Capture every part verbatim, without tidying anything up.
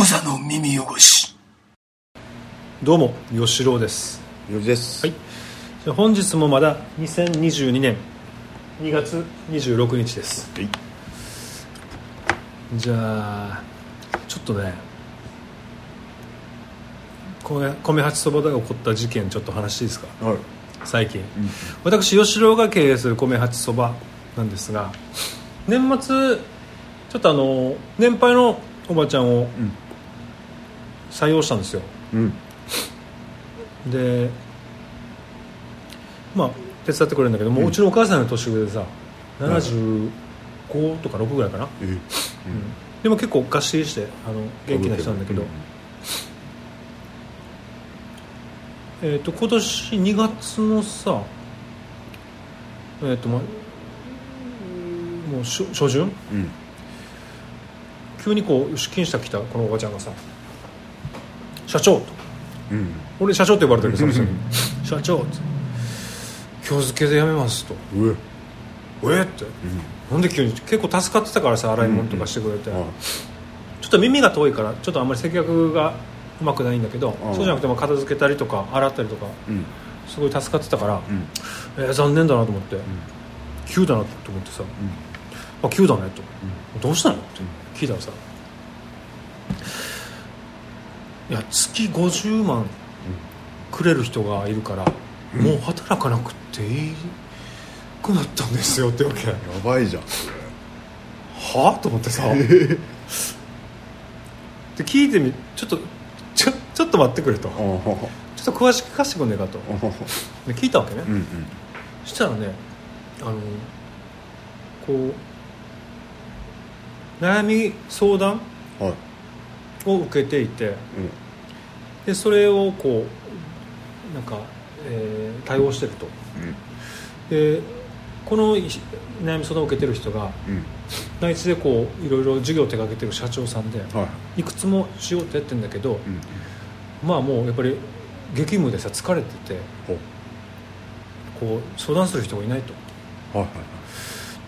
無座の耳汚し。 どうも吉郎です。 よじです。 はい。じゃあ本日もまだにせんにじゅうにねんにがつにじゅうろくにちです。 はい。 じゃあちょっとね米米八そばで起こった事件ちょっと話していいですか。 はい。 最近、 うん、 私吉郎が経営する米八そばなんですが、年末ちょっとあの年配のおばちゃんを採用したんですよ。 うん、 でまあ手伝ってくれるんだけど、もううちのお母さんの年上でさななじゅうごとかろくぐらいかな、 うんうん、 でも結構がっしりしてあの元気な人なんだけど、うんえー、と今年にがつのさえっ、ー、とまあもう初, 初旬、うん、急にこう出勤した来たこのおばちゃんがさ、社長と、うん、俺社長って呼ばれてるけどさ社長って今日付けで辞めますと。 うえうえって、うん、なんで急に。結構助かってたからさ、洗い物とかしてくれて、うんうん、ちょっと耳が遠いからちょっとあんまり接客がうまくないんだけど、そうじゃなくても片付けたりとか洗ったりとか、うん、すごい助かってたから、うんえー、残念だなと思って、うん、急だなと思ってさ、うん、あ急だねと、うん、どうしたのって聞いたらさ、いや月ごじゅうまんくれる人がいるから、うん、もう働かなくていいくなったんですよってわけ。やばいじゃんはぁと思ってさで聞いてみちょっとちょ, ちょっと待ってくれと、ちょっと詳しく聞かせてくんねえかとで聞いたわけね、うんうん、そしたらねあのこう悩み相談を受けていて、はい、でそれをこうなんか、えー、対応してると、うん、でこの悩み相談を受けてる人が、うん、内地でこういろいろ事業を手掛けてる社長さんで、はい、いくつも仕事やってるんだけど、うんまあもうやっぱり激務でさ疲れててこう相談する人がいないと、はいはい、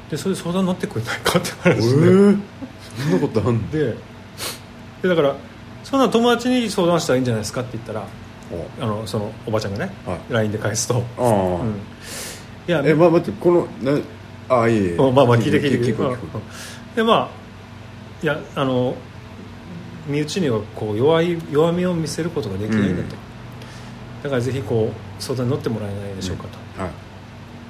でそれで相談に乗ってくれないかって話で、えー、 そんなことあんででだからそんな友達に相談したらいいんじゃないですかって言ったらあのそのおばちゃんがね、はい、ライン で返すとあ、うん、 いやえまあ待ってこのなあいいえまあまあ聞いて聞いて聞いてでまあいやあの身内にはこう 弱い弱みを見せることができないんだと、うん、だからぜひこう相談に乗ってもらえないでしょうかと、うんはい、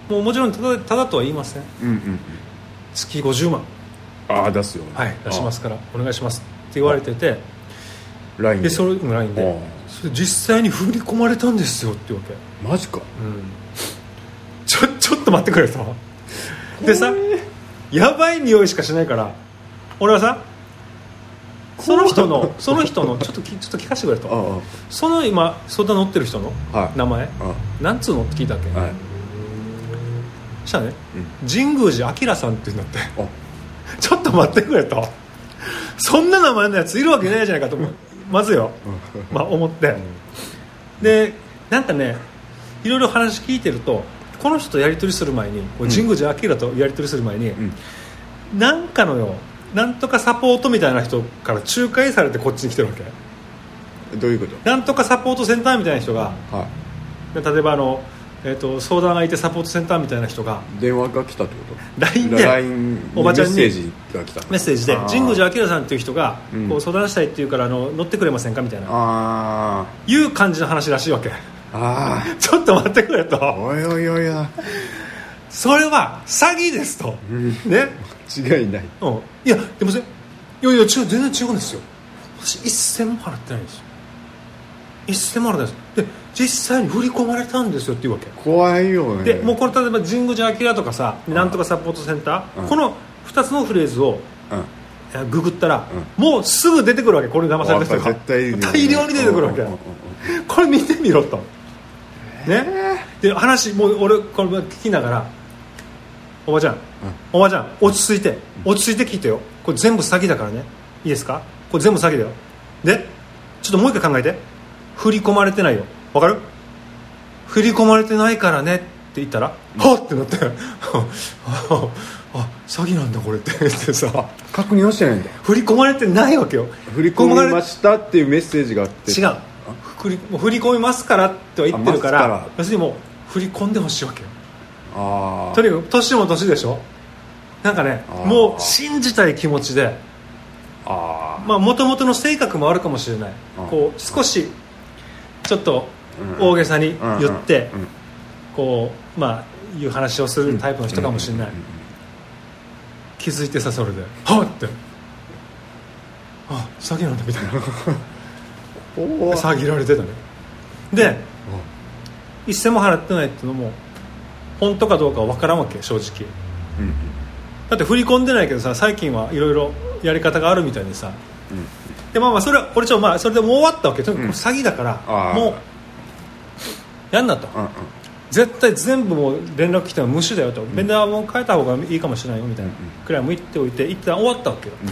もうもちろんただ、ただとは言いません、うんうん、月ごじゅうまんああ出すよ、ね、 はい出しますからお願いしますって言われててライン で, でそれ ライン でそれ実際に振り込まれたんですよっていうわけ。 マジか、うん、 ちょちょっと待ってくれとでさやばい匂いしかしないから俺はさその人のその人のちょっとちょっと聞かせてくれとああその今相談乗ってる人の名前、はい、なんつうのって聞いたわけ、はい、そしたらね、うん、神宮寺明さんって言うんだってちょっと待ってくれとそんな名前のやついるわけないじゃないかと思うまずよ、まあ、思ってでなんかねいろいろ話聞いてるとこの人とやり取りする前に、うん、神宮寺明とやり取りする前に、うん、なんかのよなんとかサポートみたいな人から仲介されてこっちに来てるわけ。 どういうこと？ なんとかサポートセンターみたいな人が、はい、で例えばあの、えーと、相談相手サポートセンターみたいな人が電話が来たってこと？ ライン でライン おばちゃんにメッセージが来たメッセージで神宮寺明さんっていう人が、うん、こう相談したいっていうからあの乗ってくれませんかみたいなあいう感じの話らしいわけ。あちょっと待ってくれとおいおいおいやそれは詐欺ですと、うん、ね違いない、 うん、いやでもいやいや違う全然違うんですよ。私一銭も払ってないんですよ。一銭も払ってないですで実際に振り込まれたんですよっていうわけ。 怖いよね。 でもうこれ例えば神宮寺明とかさなんとかサポートセンター、うん、このふたつのフレーズを、うん、ググったら、うん、もうすぐ出てくるわけ。これに騙された人が絶対いい、ね、 大量に出てくるわけ、うんうんうん、これ見てみろとね、で話もう俺これ聞きながらおばちゃん、うん、おばちゃん落ち着いて落ち着いて聞いてよ。これ全部詐欺だからね。いいですか？これ全部詐欺だよ。でちょっともう一回考えて。振り込まれてないよ。わかる？振り込まれてないからねって言ったら、うん、はっってなってああ詐欺なんだこれって言ってさ確認はしてないんだ。 振り込まれてないわけよ。 振り込みましたっていうメッセージがあって。 違う振り、もう振り込みますからっては言ってるから、 ら要するにもう振り込んでほしいわけよ。 あとにかく年も年でしょ。なんかねもう信じたい気持ちで、 あまあ元々の性格もあるかもしれない。こう少しちょっと大げさに言ってこうまあいう話をするタイプの人かもしれない。気づいてさそれではっってあ詐欺なんだみたいな詐欺られてたね。で一銭も払ってないっていうのも本当かどうかは分からんわけ正直、うん、だって振り込んでないけどさ最近はいろいろやり方があるみたいでさ、うん、でまあまあそれは俺ちょっとまあそれでもう終わったわけ。とにかく詐欺だから、うん、もうやんなと、うんうん、絶対全部もう連絡来ても無視だよと、うん、ベンダーも変えた方がいいかもしれないよみたいなくらいも言っておいて一旦終わったわけよ、うん、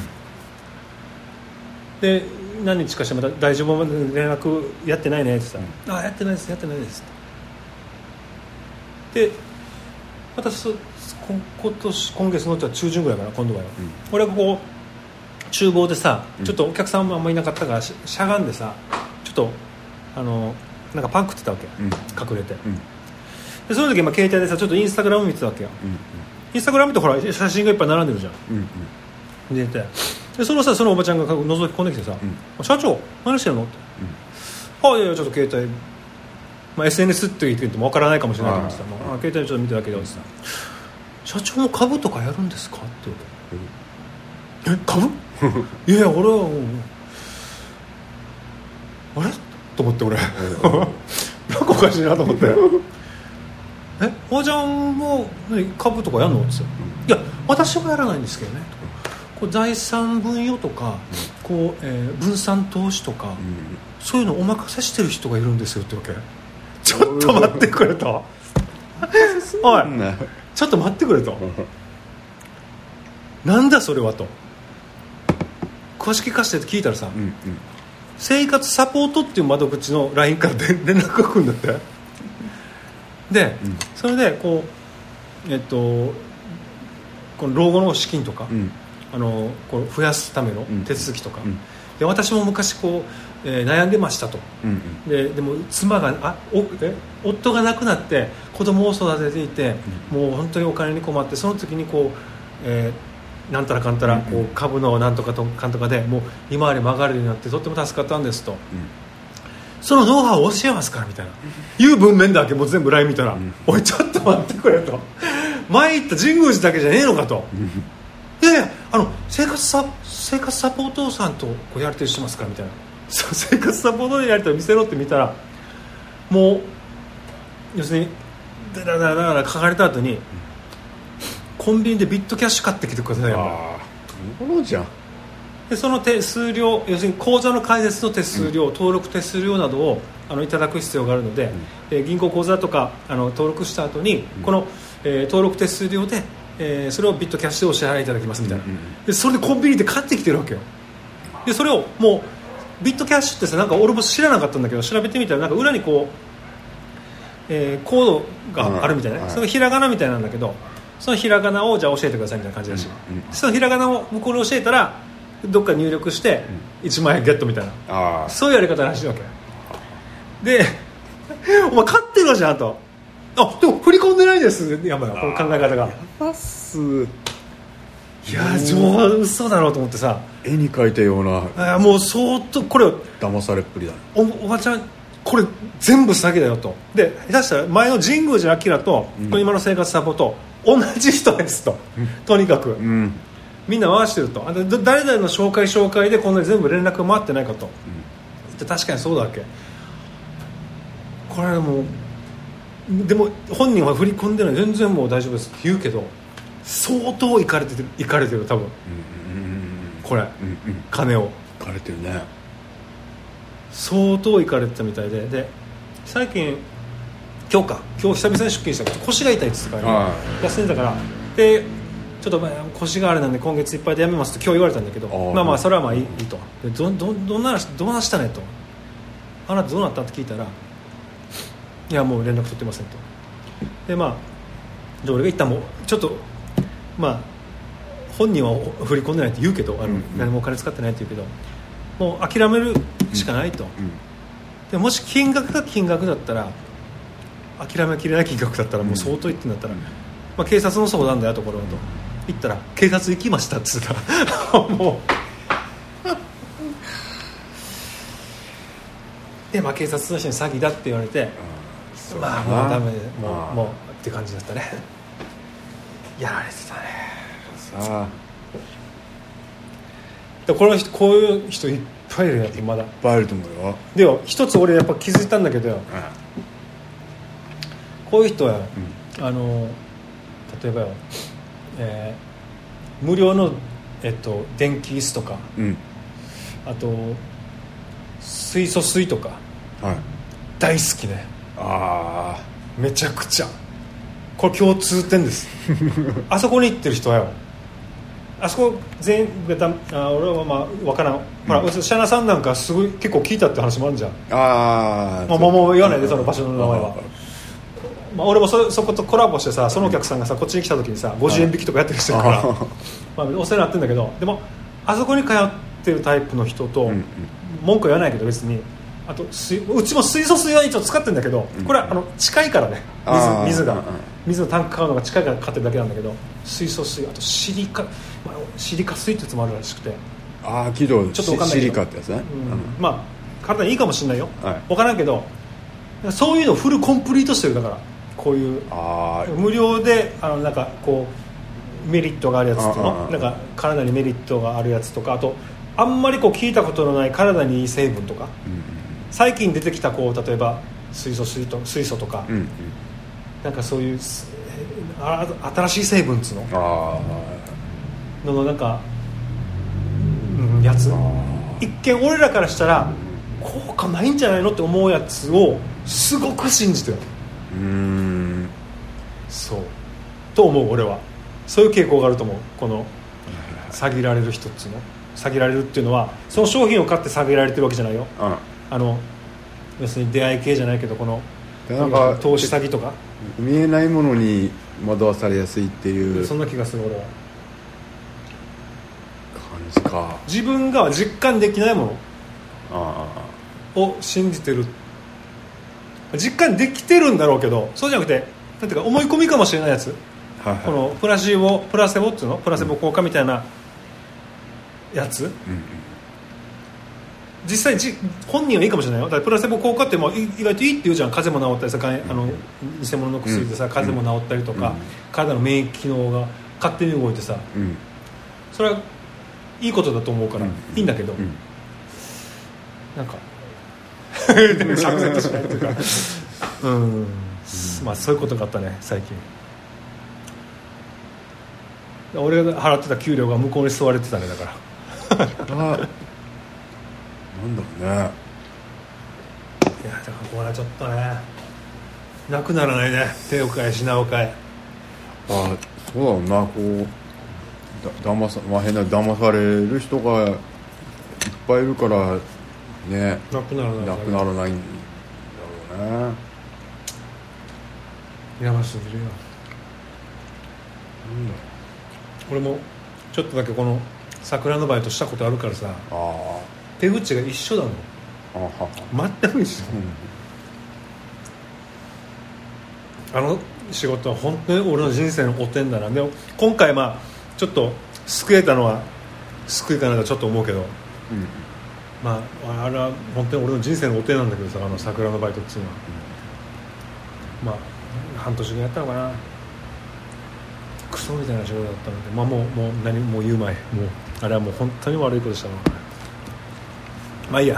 で何日かしてまた大丈夫まで連絡やってないねって言ったら、うん、あやってないですやってないですってでまたそ今年今月の中旬ぐらいかな今度はよ、うん、俺がこう厨房でさちょっとお客さんもあんまりいなかったからしゃがんでさちょっとあのなんかパン食ってたわけ、うん、隠れて、うん、でその時まあ携帯でさちょっとインスタグラム見てたわけよ、うんうん、インスタグラムってほら写真がいっぱい並んでるじゃん、うんうん、でででそのさそのおばちゃんが覗き込んできてさ、うん、社長何してるのって、うん、あいやいやちょっと携帯、まあ、エスエヌエス って言っても分からないかもしれないと思ってさ、まあ、携帯ちょっと見てるだけでってさ、社長も株とかやるんですかって言うと、うん、え株いやいや俺はもうあれと思って俺なんかおかしいなと思ってえおばちゃんも株とかやるのって言って、いや私はやらないんですけどねこう財産分与とかこう、えー、分散投資とか、うん、そういうのお任せしてる人がいるんですよってわけ。ちょっと待ってくれとおいちょっと待ってくれとなんだそれはと詳しく聞かせてって聞いたらさ、うんうん、生活サポートっていう窓口の ライン から連絡が来るんだってで、うん、それでこうえっとこの老後の資金とか、うん、あのこう増やすための手続きとか、うん、で私も昔こう、えー、悩んでましたと、うんうん、で, でも妻があおえ夫が亡くなって子供を育てていて、うん、もう本当にお金に困ってその時にこう、えー、なんたらかんたら、うんうん、こう株のなんとかとかんとかでもう利回りも上がるようになってとっても助かったんですと、うん、そのノウハウを教えますからみたいないう文面だけもう全部 ライン 見たら、うん、おいちょっと待ってくれと前言った神宮寺だけじゃねえのかと、いやいやあの生活サ生活サポートさんとこうやり取りしてますからみたいな生活サポートでやり取り見せろって見たらもう要するにだらだらだら書かれた後にコンビニでビットキャッシュ買ってきてくださいよ。ああものじゃん。でその手数料要するに口座の開設の手数料、うん、登録手数料などをあのいただく必要があるので、うん、銀行口座とかあの登録した後に、うん、この、えー、登録手数料で、えー、それをビットキャッシュでお支払いいただきますみたいな、うんうん、でそれでコンビニで買ってきてるわけよ。でそれをもうビットキャッシュってさなんか俺も知らなかったんだけど調べてみたらなんか裏にこう、えー、コードがあるみたいな、ね、はい、そのひらがなみたいなんだけどそのひらがなをじゃあ教えてくださいみたいな感じだし、うんうん、そのひらがなを向こうに教えたらどっか入力していちまん円ゲットみたいな、あそういうやり方らしいわけでお前買ってるじゃんとあでも振り込んでないですやばいこの考え方がやばっすいや上嘘だろうと思ってさ絵に描いたようなもう相当これ騙されっぷりだ、ね、 お, おばちゃんこれ全部詐欺だよとで下手したら前の神宮寺明と、うん、この今の生活サポート同じ人ですと、うん、とにかく、うん、みんな回してるとあ誰々の紹介紹介でこんなに全部連絡が回ってないかと、うん、で確かにそうだわけこれもうでも本人は振り込んでない全然もう大丈夫ですって言うけど相当いかれてるいかれてる多分、うんうんうん、これ、うんうん、金をいかれてるね相当いかれてたみたいでで最近今日か今日久々に出勤したから腰が痛いって言ってたから、ね、休んでたからでちょっと腰があれなんで今月いっぱいでやめますと今日言われたんだけどまあまあそれはまあいい、いいとで ど, ど, どんなどうなしたねとあなたどうなったって聞いたらいやもう連絡取ってませんとでまあ俺が一旦もうちょっとまあ本人は振り込んでないって言うけど、あの、うんうん、何もお金使ってないって言うけど、もう諦めるしかないと、うんうん、でもし金額が金額だったら諦めきれない金額だったらもう相当言ってんだったら、うんまあ、警察の相談だよところと言ったら警察行きましたって言ったらもうで、まあ、警察の人に詐欺だって言われて、うん、まあもうダメでもう、もうって感じだったね。やられてたね。さあでこの人こういう人いっぱいいるやつまだいっぱいいると思うよ。 でも一つ俺やっぱ気づいたんだけどよ、うん、こういう人は、うん、あの例えばよ、えー、無料の、えっと、電気椅子とか、うん、あと水素水とか、はい、大好きね。ああめちゃくちゃこれ共通点ですあそこに行ってる人はよ、あそこ全部だあ俺はまあ分からん、うん、ほらシャナさんなんかすごい結構聞いたって話もあるじゃん。あ、まあ、もう言わないでその場所の名前は。まあ、俺も そ, そことコラボしてさ、そのお客さんがさこっちに来た時にさごじゅうえん引きとかやってる人いるから、まあ、お世話になってるんだけど、でもあそこに通ってるタイプの人と、うんうん、文句は言わないけど別に、あとうちも水素水は一応使ってるんだけど、これはあの近いからね、 水, 水が水のタンク買うのが近いから買ってるだけなんだけど、水素水、あとシリカ、まあ、シリカ水ってやつもあるらしくて、 ああ聞いたことちょっと分かんないけどシリカってやつね、 うんうん、まあ体にいいかもしれないよ、はい、分からんけどそういうのをフルコンプリートしてる。だからこういうあ無料であのなんかこうメリットがあるやつっていうの、なんか体にメリットがあるやつとか、あとあんまりこう聞いたことのない体にいい成分とか、うんうん、最近出てきたこう例えば水素水と水素とか、うんうん、なんかそういうあ新しい成分っつうのあのなんか、うん、やつ一見俺らからしたら効果ないんじゃないのって思うやつをすごく信じてる。うーんそうと思う。俺はそういう傾向があると思う。この詐欺られる人っていうの、詐欺られるっていうのはその商品を買って詐欺られてるわけじゃないよ、うん、あの要するに出会い系じゃないけど、このなんか投資詐欺とか見えないものに惑わされやすいっていう、 そんな気がする俺は。感じか。 自分が実感できないものを信じてる。実感できてるんだろうけど、そうじゃなくてなんていうか思い込みかもしれないやつ、はいはい、このプラシーボプラセボっていうのプラセボ効果みたいなやつ、うんうん、実際じ本人はいいかもしれないよ。だからプラセボ効果っても意外といいって言うじゃん。風邪も治ったりさ、あの偽物の薬でさ、うん、風邪も治ったりとか、うん、体の免疫機能が勝手に動いてさ、うん、それはいいことだと思うから、うん、いいんだけど、うん、なんかでも釈然としないというかうん、うん、まあそういうことがあったね最近。俺が払ってた給料が向こうに吸われてたね。だからあなんだろうね。いやだからこれはちょっとねなくならないね。手を変え品を変え。 あそうだろうな。こうだ騙さ、まあ、変な騙される人がいっぱいいるからね、 なくならない、 なくならないんだろうね。 やばすぎるよ。うん、俺もちょっとだけこの桜のバイトしたことあるからさ、あ手口が一緒だもん。あはは全く一緒、うん、あの仕事は本当に俺の人生の汚点だな。でも今回まあちょっと救えたのは救いかなとちょっと思うけど、うんまあ、あれは本当に俺の人生の汚点なんだけどさ、あの桜のバイトっていうのは、うん、まあ半年ぐらいやったのかな。クソみたいな仕事だったので、まあもうもう何も言うまい、もうあれはもう本当に悪いことしたの。まあいいや。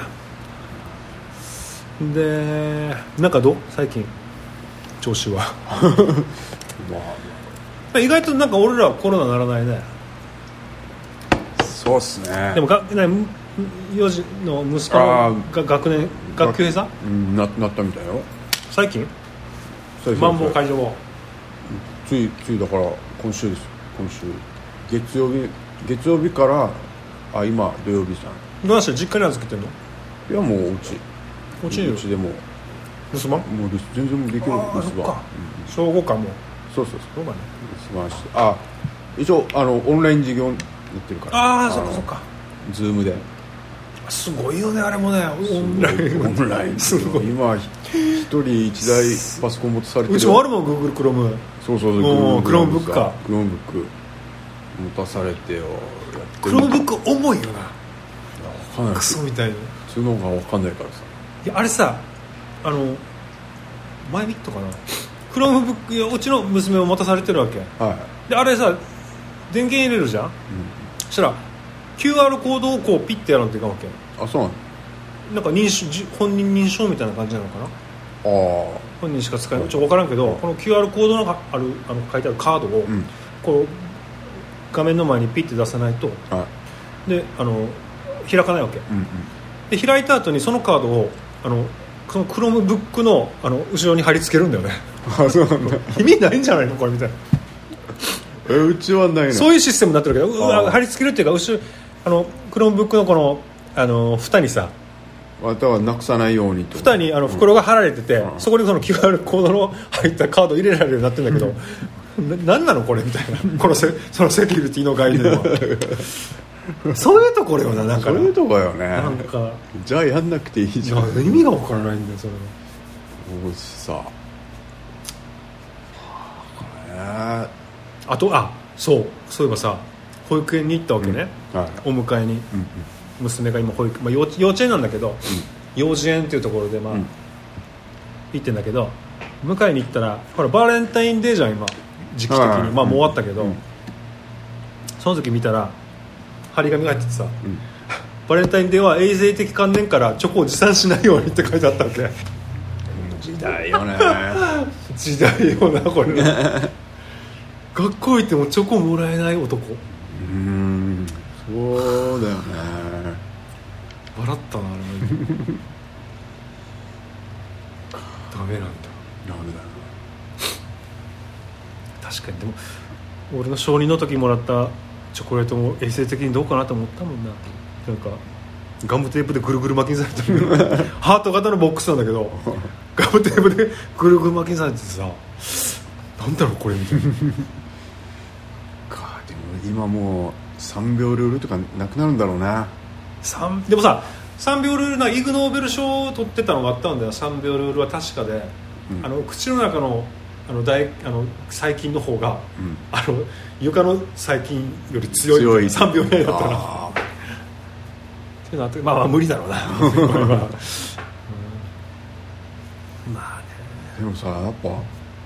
でなんかどう最近調子はまあ意外となんか俺らはコロナならないね。 そうっすね。 でもが幼児の息子が学年学級閉鎖、 うん、な, なったみたいよ最近。マンボウ解除後ついついだから今週です。今週月曜日月曜日からあ今土曜日さんどうして実家に預けてんの。 いやもううちうちうちでも留守番もう全然できる留守番。 小ごかもうそうそうそうそうだね。 留守番してあ一応あのオンライン授業やってるからああそっかそっかズームですごいよねあれもねオンラインオンラインすごい今一人一台パソコン持たされてるうちもあるもん Google Chrome そうそうそうクロームブックかクロームブック持たされてよやってクロームブック重いよな分かんないクソみたいな普通の方が分かんないからさいやあれさあの前見ったかなクロームブックいやうちの娘を持たされてるわけはいであれさ電源入れるじゃん、うん、そしたら キューアール コードをこうピッてやらんといかんわけあそうなのなんか認証本人認証みたいな感じなのかなあ本人しか使えないちょっと分からんけど、この キューアール コードのあるあの書いてあるカードを、うん、こう画面の前にピッて出さないと、 はい、 であの開かないわけ、うんうん、で開いた後にそのカードをあのそのクロームブック の, あの後ろに貼り付けるんだよねあそうなんだ意味ないんじゃないのこれみたいなえうちはないなそういうシステムになってるけどうわ貼り付けるっていうか後ろあのクロームブック のこのあの蓋にさまたはなくさないようにと蓋にあの袋が貼られてて、うん、そこにその キューアール コードの入ったカードを入れられるようになってるんだけど、うん、な何なのこれみたいなこのせそのセキュリティの概念はそういうところよななんかそういうとこよねなんかじゃあやんなくていいじゃん意味が分からないんだよそれはそうしさあとあそうそういえばさ保育園に行ったわけね、うんはい、お迎えに、うんうん、娘が今保育、まあ、幼稚園なんだけど、うん、幼稚園っていうところでまあ、うん、行ってんだけど迎えに行ったらほらバレンタインデーじゃん今時期的に、はい、まあもう終わったけど、うん、その時見たら張り紙が入っててさ、うん、バレンタインデーは衛生的観念からチョコを持参しないようにって書いてあったわけ時代よね時代よなこれ学校行ってもチョコもらえない男うーんそうだよね笑ったなあれダメなんだダメだな確かにでも俺の小児の時もらったチョコレートも衛生的にどうかなと思ったもんななんかガムテープでぐるぐる巻きにされてるハート型のボックスなんだけどガムテープでぐるぐる巻きにされててさなんだろうこれみたいなかでも今もうさんびょうルールとかなくなるんだろうなでもささんびょうルールなイグ・ノーベル賞を取ってたのがあったんだよさんびょうルールは確かで、うん、あの口の中のあの大あの細菌の方が、うん、あの床の細菌より強い強いさんびょう以内だったらっていうのはまあまあ無理だろうなこれは、うん、まあねでもさやっぱ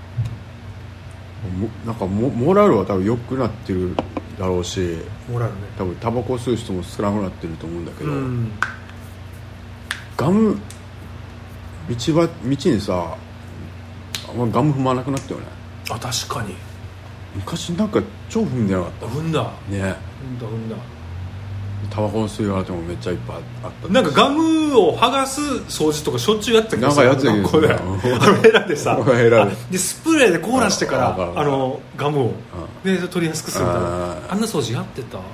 なんか モ, モラルは多分良くなってるだろうしモラルね多分タバコ吸う人も少なくなってると思うんだけど、 うん、 ガム道は道にさガム踏まなくなったよねあ確かに昔なんか超踏んでなかった踏んだね踏んだ踏んだタバコの吸い殻でもめっちゃいっぱいあったなんかガムを剥がす掃除とかしょっちゅうやってたけどなんかやってたけどこれあのヘラでさヘラででスプレーで凍らしてからあのガムをで取りやすくするみたいなあんな掃除やってたあ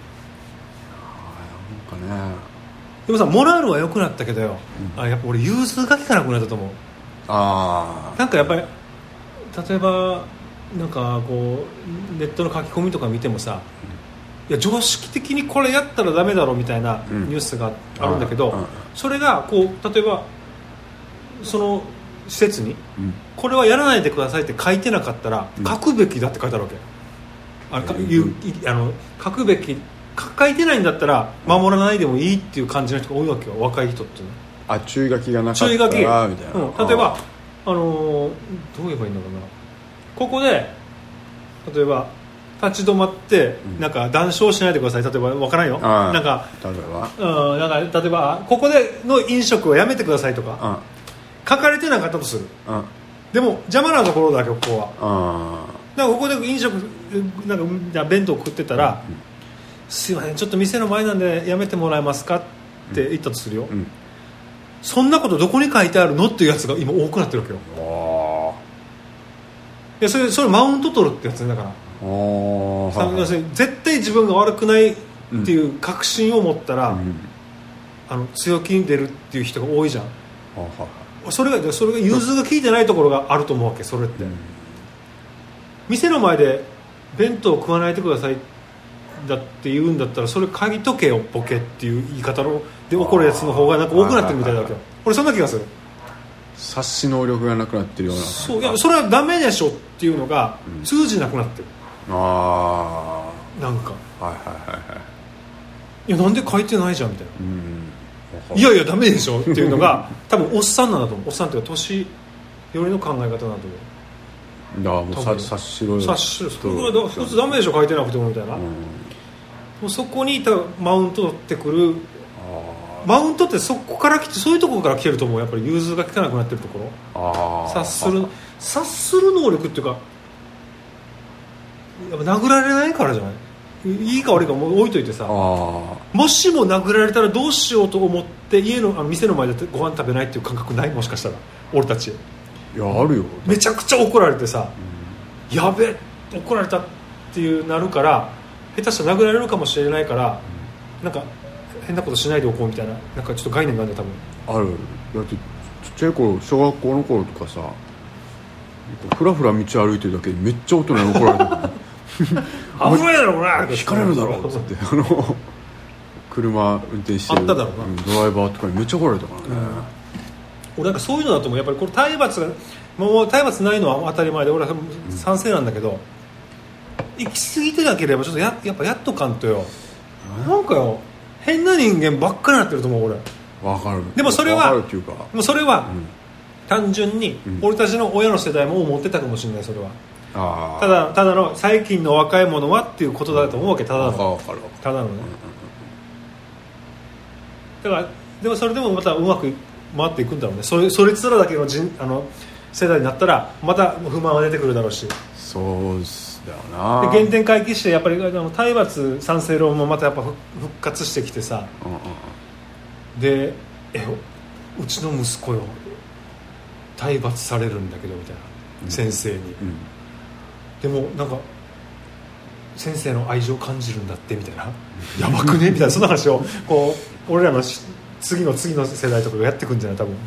なんかねでもさモラルは良くなったけどよ、うん、あやっぱ俺融通が利かなくなったと思うあなんかやっぱり例えばなんかこうネットの書き込みとか見てもさ、うん、いや常識的にこれやったらダメだろみたいなニュースがあるんだけど、うん、それがこう例えばその施設に、うん、これはやらないでくださいって書いてなかったら、うん、書くべきだって書いてあるわけあれか、うん、あの書くべき書いてないんだったら守らないでもいいっていう感じの人が多いわけよ若い人ってねあ注意書きがなかったら注意書き、 みたいな、 うん、例えばあのー、どう言えばいいんだろうなここで例えば立ち止まって、うん、なんか談笑しないでください例えば分からんよなんか例えば、 うん、なんか例えばここでの飲食をやめてくださいとか、うん、書かれてなかったとする、うん、でも邪魔なところだけここは、うん、だからここで飲食なんか弁当食ってたら、うん、すいませんちょっと店の前なんでやめてもらえますかって言ったとするよ、うん、そんなことどこに書いてあるのっていうやつが今多くなってるわけよいやそれそれマウント取るってやつだから要するに絶対自分が悪くないっていう確信を持ったら、うん、あの強気に出るっていう人が多いじゃん、うん、それがそれが融通が効いてないところがあると思うわけそれって、うん、店の前で弁当食わないでくださいだって言うんだったらそれ書いとけよボケっていう言い方ので怒るやつの方がなんか多くなってるみたいだわけよ。俺そんな気がする。 察し能力がなくなってるような。 そういやそれはダメでしょっていうのが通じなくなってる、 うん、ああなんかはいはいはいはいいやなんで書いてないじゃんみたいな、 うん、 いやいやダメでしょっていうのが多分おっさんなんだと思う。おっさんっていうか年寄りの考え方なんだと思う。 だからもう察察しろよ察しろよ普通ダメでしょ書いてなくてもみたいな、うん、もうそこにマウント取ってくる。マウントってそこから来てそういうところから来てると思う。やっぱり融通が利かなくなってるところ。あ察する察する能力っていうかやっぱ殴られないからじゃない。いいか悪いかもう置いといてさ、もしも殴られたらどうしようと思って家のあの店の前でご飯食べないっていう感覚ない？もしかしたら俺たち。いやあるよ。 めちゃくちゃ怒られてさ、うん、やべ怒られたっていうなるから下手したら殴られるかもしれないから、うん、なんか変なことしないでおこうみたいななんかちょっと概念があるんだ多分。ある。 だってちっちゃい頃小学校の頃とかさふらふら道歩いてるだけでめっちゃ大人に怒られてる危ないだろうな引かれるだろうってあの車運転してるあっただろうな、 うん、ドライバーとかにめっちゃ怒られたからね、うん、 俺なんかそういうのだと思う。やっぱりこれ体罰がもう体罰ないのは当たり前で俺は賛成なんだけど、うん、行き過ぎてなければちょっと や, やっぱやっとかんとよ、うん、なんかよ変な人間ばっかりなってると思う俺。 わかる。 でもそれはわかるっていうかでもそれは、うん、単純に俺たちの親の世代も思ってたかもしれない。それはあただただの最近の若い者はっていうことだと思うわけ。ただのただのね、うんうんうん、だからでもそれでもまたうまく回っていくんだろうね。それそれつらだけの人あの世代になったらまた不満は出てくるだろうし。 そうですだよな。 で原点回帰してやっぱりあの体罰賛成論もまたやっぱ復活してきてさ、うんうんうん、でえうちの息子よ体罰されるんだけどみたいな、うん、先生に、うん、でもなんか先生の愛情を感じるんだってみたいなやばくねみたいなそんな話をこう俺らの次の次の世代とかがやってくんじゃない多分。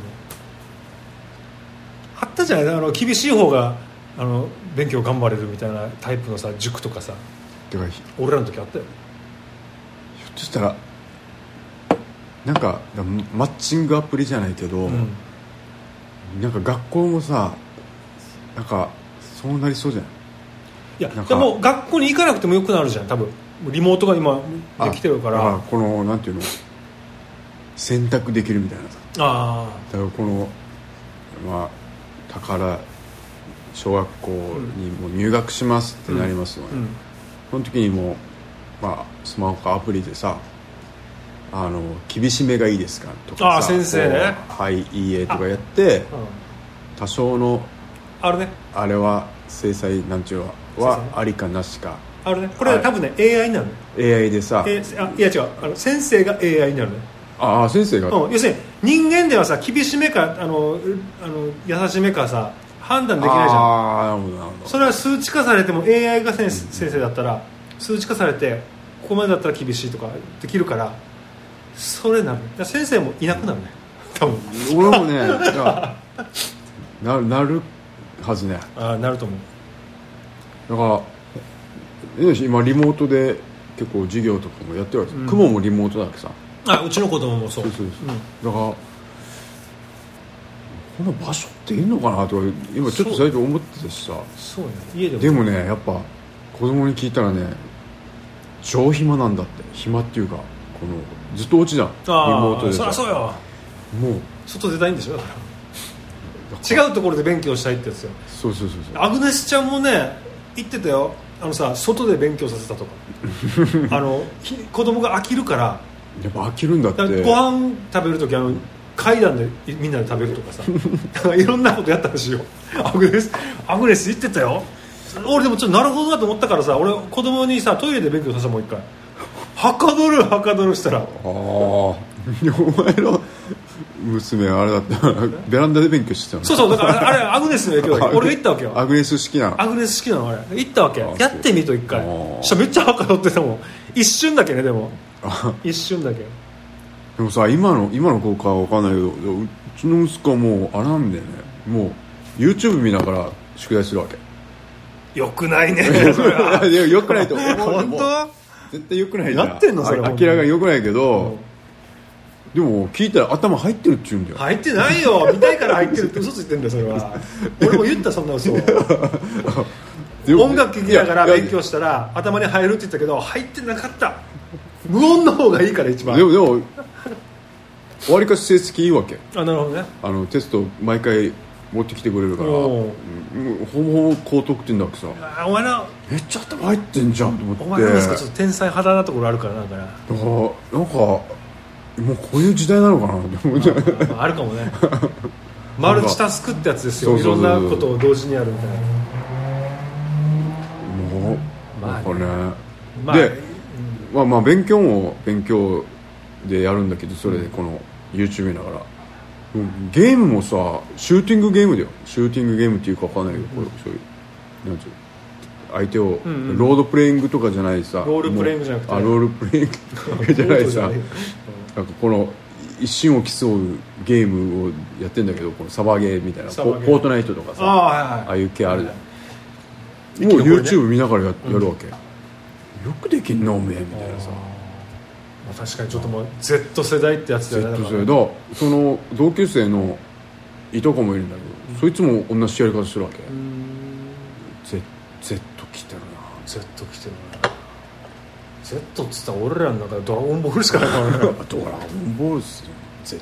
あったじゃない。あの厳しい方があの勉強頑張れるみたいなタイプのさ塾とかさてか俺らの時あったよ。 ひょっとしたらなんかマッチングアプリじゃないけど、うん、なんか学校もさなんかそうなりそうじゃない。 いやでも学校に行かなくてもよくなるじゃん多分。リモートが今できてるから。 あこのなんていうの選択できるみたいなさ。あだからこのまあ宝小学校にも入学しますってなりますよね、うんうん、その時にも、まあ、スマホかアプリでさあの厳しめがいいですかとかさあ先生ねはいいいえとかやって、うん、多少のあるねあれは制裁なんちゅうはありかなしかあるねこれは多分ね エーアイ になるねエーアイ でさ、 えー、あいや違うあの先生が エーアイ になるねああ先生が、 うん、要するに人間ではさ厳しめかあのあの優しめかさ判断できないじゃん。あなるほどなるほど。それは数値化されても エーアイ が先生だったら数値化されてここまでだったら厳しいとかできるからそれなる。だ先生もいなくなるね多分。 俺もねな, なるはずね。 あなると思う。 だから今リモートで結構授業とかもやってるわけです、うん、雲もリモートだけさあうちの子供もそうそうそうそう、うん、だからこの場所っていいのかなとか今ちょっと最初思ってたしさそう、ね、家でもでもねやっぱ子供に聞いたらね超暇なんだって暇っていうかこのずっとお家じゃんリモートでさそりゃそうよもう外出たいんでしょだから違うところで勉強したいってやつよ。 そうそうそうそうアグネスちゃんもね言ってたよあのさ外で勉強させたとかあの子供が飽きるからやっぱ飽きるんだってご飯食べるときあの階段でみんなで食べるとかさいろんなことやったらしいよアグネスアグネス言ってたよ。俺でもちょっとなるほどなと思ったからさ俺子供にさトイレで勉強させたもう一回はかどるはかどるしたらああお前の娘はあれだったベランダで勉強してたの。 そうそうだからあれアグネスの影響だ俺が言ったわけよ。 アグネス好きなの。 アグネス好きなのあれ言ったわけやってみと一回したらめっちゃはかどってたもん一瞬だけねでも一瞬だけでもさ今の今の子かわかんないけどうちの息子はもうあれなんだよねもう YouTube 見ながら宿題するわけ。 よくないねそれはよくないと思う本当絶対よくないじゃん。 やってんのそれ明らかによくないけど、うん、でも聞いたら頭入ってるって言うんだよ。 入ってないよ見たいから入ってるって嘘ついてんだよそれは俺も言ったそんな嘘音楽聴きながら勉強したら頭に入るって言ったけど入ってなかった。無音の方がいいから一番。 でもでもわりかし成績いいわけ。 あなるほどね。 あのテスト毎回持ってきてくれるから、ほぼほぼ高得点だけさ。 あお前なめっちゃ頭入ってんじゃんと思って。 お前なんかちょっと天才肌なところあるからなんかな。だからなんかもうこういう時代なのかなって思って。 あるかもね。マルチタスクってやつですよ。いろんなことを同時にやるみたいな。 もうまあね、 なんかね、 まあ、 で、まあまあ勉強も勉強でやるんだけど、それでこの YouTube 見ながら、うん、ゲームもさシューティングゲームだよ。シューティングゲームっていうか分かんないけど、これそういうなんていう相手を、うんうん、ロードプレイングとかじゃないさ、 ロールプレイングじゃなくて、 あロールプレイングじゃないさ、なんかこの一瞬を競うゲームをやってんだけど、このサバゲーみたいな、フォートナイトとかさ、 あ,、はいはい、ああいう系あるじゃん、はいはい、もう YouTube 見ながら や,、うん、やるわけ。よくできんなおめえみたいなさ。 まあ、確かにちょっともう Z 世代ってやつじゃない Z 世代だ。その同級生のいとこもいるんだけど、うん、そいつも同じやり方するわけ。うん Z, Z 来てるな。 Z 来てるな。 Z っつったら俺らの中でドラゴンボールしかないからね。ドラゴンボールっすよ Z って。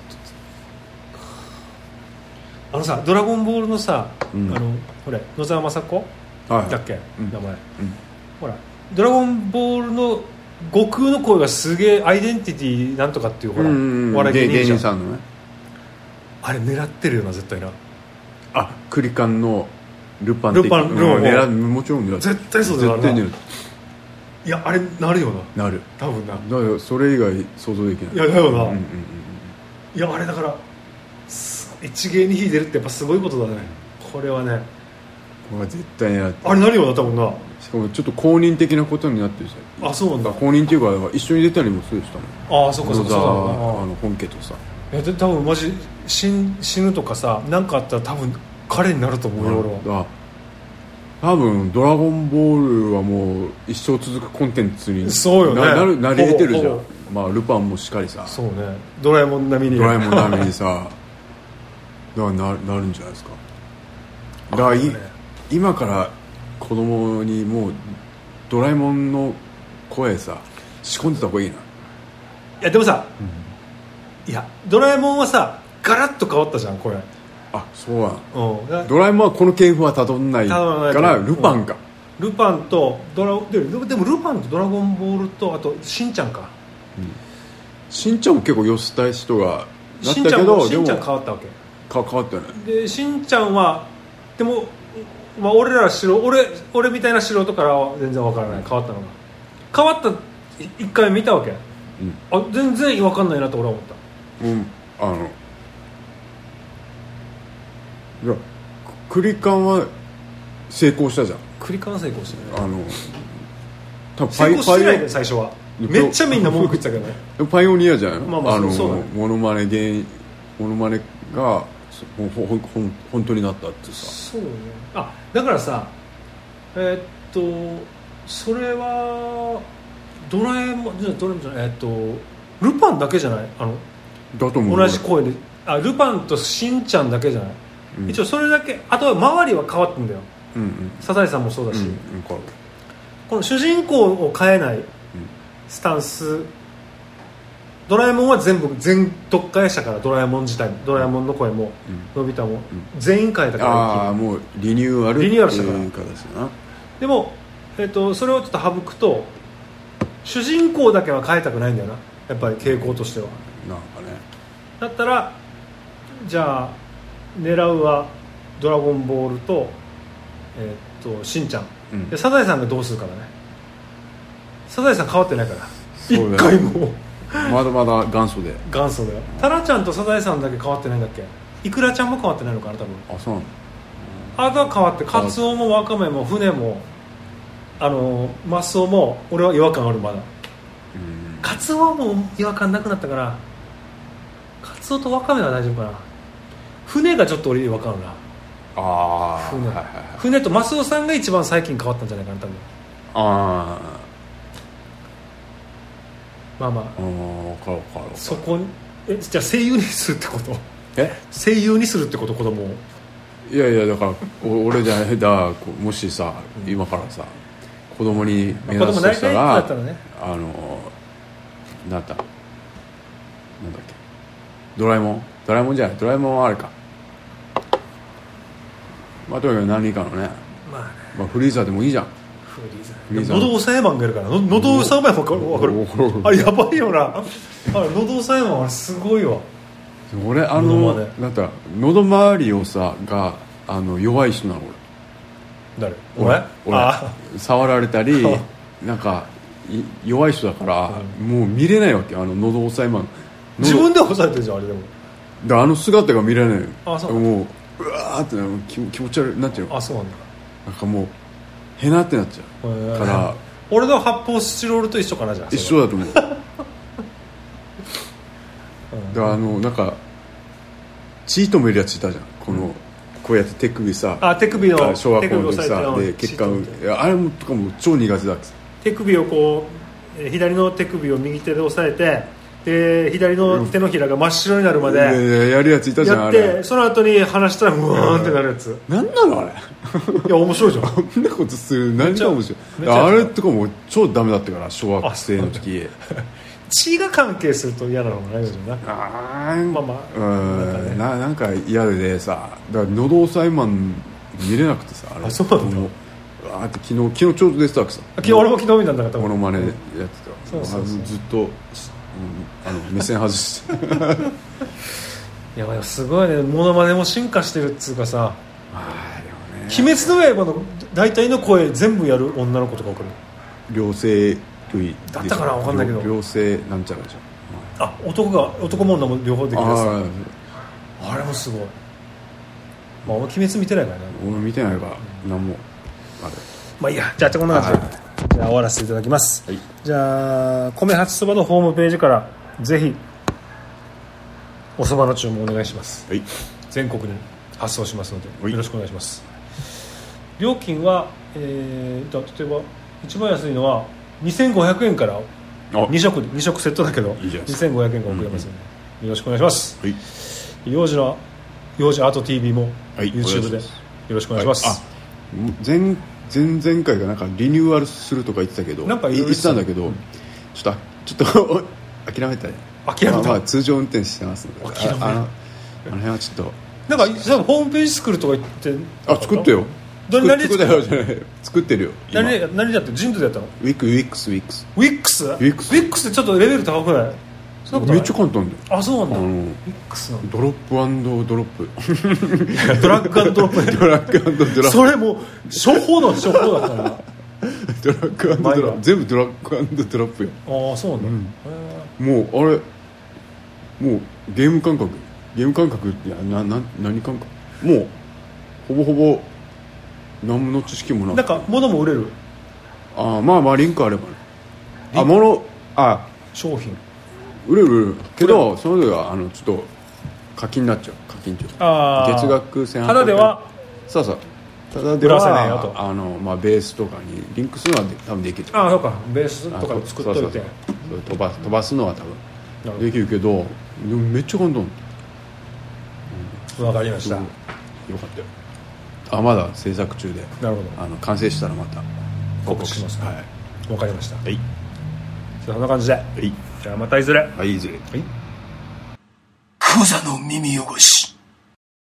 あのさドラゴンボールのさ、うん、あのこれ野沢雅子、はい、だっけ、うん、名前、うん、ほらドラゴンボールの悟空の声がすげえアイデンティティなんとかっていうほら、うんうん、 笑い芸人さんのね、 あれ狙ってるよな絶対な。 あクリカンのルパン的ルパンル狙もちろん狙って絶対そうだよな。絶対狙っていやあれなるよな。 なる多分な。 だからそれ以外想像できない。 いやだよな、うんうんうん、いやあれだから一芸に秀でるってやっぱすごいことだね。これはねこれは絶対狙ってあれなるよな多分な。 しかもちょっと公認的なことになってるじゃん。 あそうなんだ。 公認っていうか一緒に出たりもする人も。 ああそっかそっかそうだな。 あの本家とさいやで多分マジ 死, 死ぬとかさ何かあったら多分彼になると思うよ俺は。 多分ドラゴンボールはもう一生続くコンテンツにそうよ、ね、 な, な, るなり得てるじゃん。まあルパンもしっかりさ。 そうねドラえもん並みにドラえもん並みにさだから な, なるんじゃないですか。だから、ね、今から子供にもうドラえもんの声さ仕込んでた方がいいな。いやでもさ、うん、いやドラえもんはさガラッと変わったじゃんこれ。 あそうなの、うん、ドラえもんはこの系譜はたどんないからルパンか、 うん、ルパンとドラででもルパンとドラゴンボールとあとしんちゃんか、 うん、しんちゃんも結構寄せたい人がなったけどしんちゃん変わったわけか変わったよね。 でしんちゃんはでも、まあ、俺ら素人 俺, 俺みたいな素人からは全然分からない変わったのが変わった一回見たわけ、うん、あ全然分かんないなと俺は思った。 うんあのいやクリカンは成功したじゃん。 クリカンは成功したね。 あの多分成功してないね最初は。めっちゃみんな文句言ってたけどね。 パイオニアじゃん。 まあまあ、あのそうだね、 モノマネ芸モノマネがほほほ本当になったってさ。 そうね。あだからさえー、っとそれはドラえもんじゃドラえもんじゃないえー、っとルパンだけじゃないあのだと思う。 同じ声であルパンとしんちゃんだけじゃない。うん、一応それだけあとは周りは変わってんだよ、うんうん、サザエさんもそうだし、うんうん、この主人公を変えないスタンス、ドラえもんは全部全特化したからドラえもん自体ドラえもんの声も、うん、のび太も、うん、全員変えたからああもうリニューアルリニューアルしたからいう形だな。 でも、えー、とそれをちょっと省くと主人公だけは変えたくないんだよなやっぱり傾向としては。 なんかねだったらじゃあ狙うはドラゴンボールと、えー、っとしんちゃん、うん、でサザエさんがどうするかだね。サザエさん変わってないから一回もまだまだ元祖で元祖だよ。タラちゃんとサザエさんだけ変わってないんだっけ。イクラちゃんも変わってないのかな多分。 あそうなの。 あとは変わってカツオもワカメも船もあのマスオも俺は違和感あるまだ。うんカツオはもう違和感なくなったからカツオとワカメは大丈夫かな。船がちょっと俺分かるな。 あ船、 はいはいはい、 船とマスオさんが一番最近変わったんじゃないかな多分。 あまあまああ分かる分かる。 そこにえじゃあ声優にするってこと？ え声優にするってこと？子供を。 いやいやだから俺じゃないだもしさ、うん、今からさ子供に目指すとしたら、 子供なりたいってなったらね、 あのなんだなんだっけドラえもんドラえもんじゃないドラえもんはあれか、まあとにかく何かのね、 まあね、 まあ、フリーザーでもいいじゃん。 フリーザー喉押さえマンがいるから喉押さえマン分かる分かるあれやばいよなあれ喉押さえマンあれすごいわ。 俺あのなんだ喉周りをさがあの弱い人なの俺。誰？ 俺俺あ触られたりなんか弱い人だから、うん、もう見れないわけあの喉押さえマン。 自分で押さえてるじゃんあれでも。 だからあの姿が見れない。 あそうもううわーってな気, 気持ち悪いなんていうの。 あそうなんだ。 なんかもうへなってなっちゃうから俺の発泡スチロールと一緒かなじゃあ。 一緒だと思うだからあのなんか血止めるやついたじゃんこの、うん、こうやって手首さあ手首の小学校の時さで血管あれもとかも超苦手だっつ手首をこう左の手首を右手で押さえてで左の手のひらが真っ白になるまでややるやついたじゃんやってあれその後に離したらうわーってなるやつ何なのあれいや面白いじゃんこんなことする何が面白いあれとかも超ダメだったから小学生の時血が関係すると嫌なのがないよなあまあまあうんなんか、ね、な, なんか嫌でさだから喉押さえマン見れなくてさあれあそうなんだもうわーって昨日昨日ちょうど出てたわけさ昨日俺も昨日見たんだからモノマネやってたそうそうそうずっと、うん、あの目線外していやすごいねモノマネも進化してるっつうかさあでもね鬼滅の刃の大体の声全部やる女の子とか分かる両性類だったかな分かんないけど両性なんちゃらじゃんあ男が男も女も両方できるやつ あ, あれもすごいまあ俺鬼滅見てないからね俺見てないから何もあれまあいいやじゃあこんな感じでじゃあ終わらせていただきます、はい、じゃあ米八そばのホームページからぜひおそばの注文お願いします、 はい、 全国に発送しますので、はい、よろしくお願いします。料金は、えー、例えば一番安いのはにせんごひゃくえんからに食に食セットだけどいいにせんごひゃくえんが送れますので、うんうん、よろしくお願いします、 はい、 幼児の幼児アート ティーブイ も YouTube でよろしくお願いします、はい、 あ前前々回がなんかリニューアルするとか言ってたけどなんか言ってたんだけど、うん、ちょっとちょっと諦めたね諦めた、まあ、 まあ通常運転してますので諦めたあ, あ, のあの辺はちょっとなんかホームページ作るとか言ってあ作ってよ何作ってよじゃない作ってるよ何で何でやってるジンドでやったのウィックウィックスウィックスウィックスウィックスウィックスってちょっとレベル高くないそんなことないめっちゃ簡単だよあそうなんだあのウィックスなんだドロップ&ドロップドラッグ&ドロップドラッグ&ドロップそれもう処方の処方だからドラッグ&ドロップ全部ドラッグ&ドロップよああそうなんだ、 うん、もうあれもうゲーム感覚ゲーム感覚いやなな何感覚もうほぼほぼ何の知識もなくなんか物も売れるあまあまあリンクあればねあ物あ商品売れる売れるけどその時はあのちょっと課金になっちゃう課金っていうか月額せんはっぴゃくえんただではそうそうただではあの、まあ、ベースとかにリンクするのは多分できるああそうかベースとか作っといてそうそうそう飛ば飛ばすのは多分できるけどでもめっちゃ簡単わ、うん、かりましたよかったよあまだ制作中でなるほどあの完成したらまた報告しますね。はいわかりました。 はいそんな感じで、はい、じゃあまたいずれはいいずれはいクザの耳汚し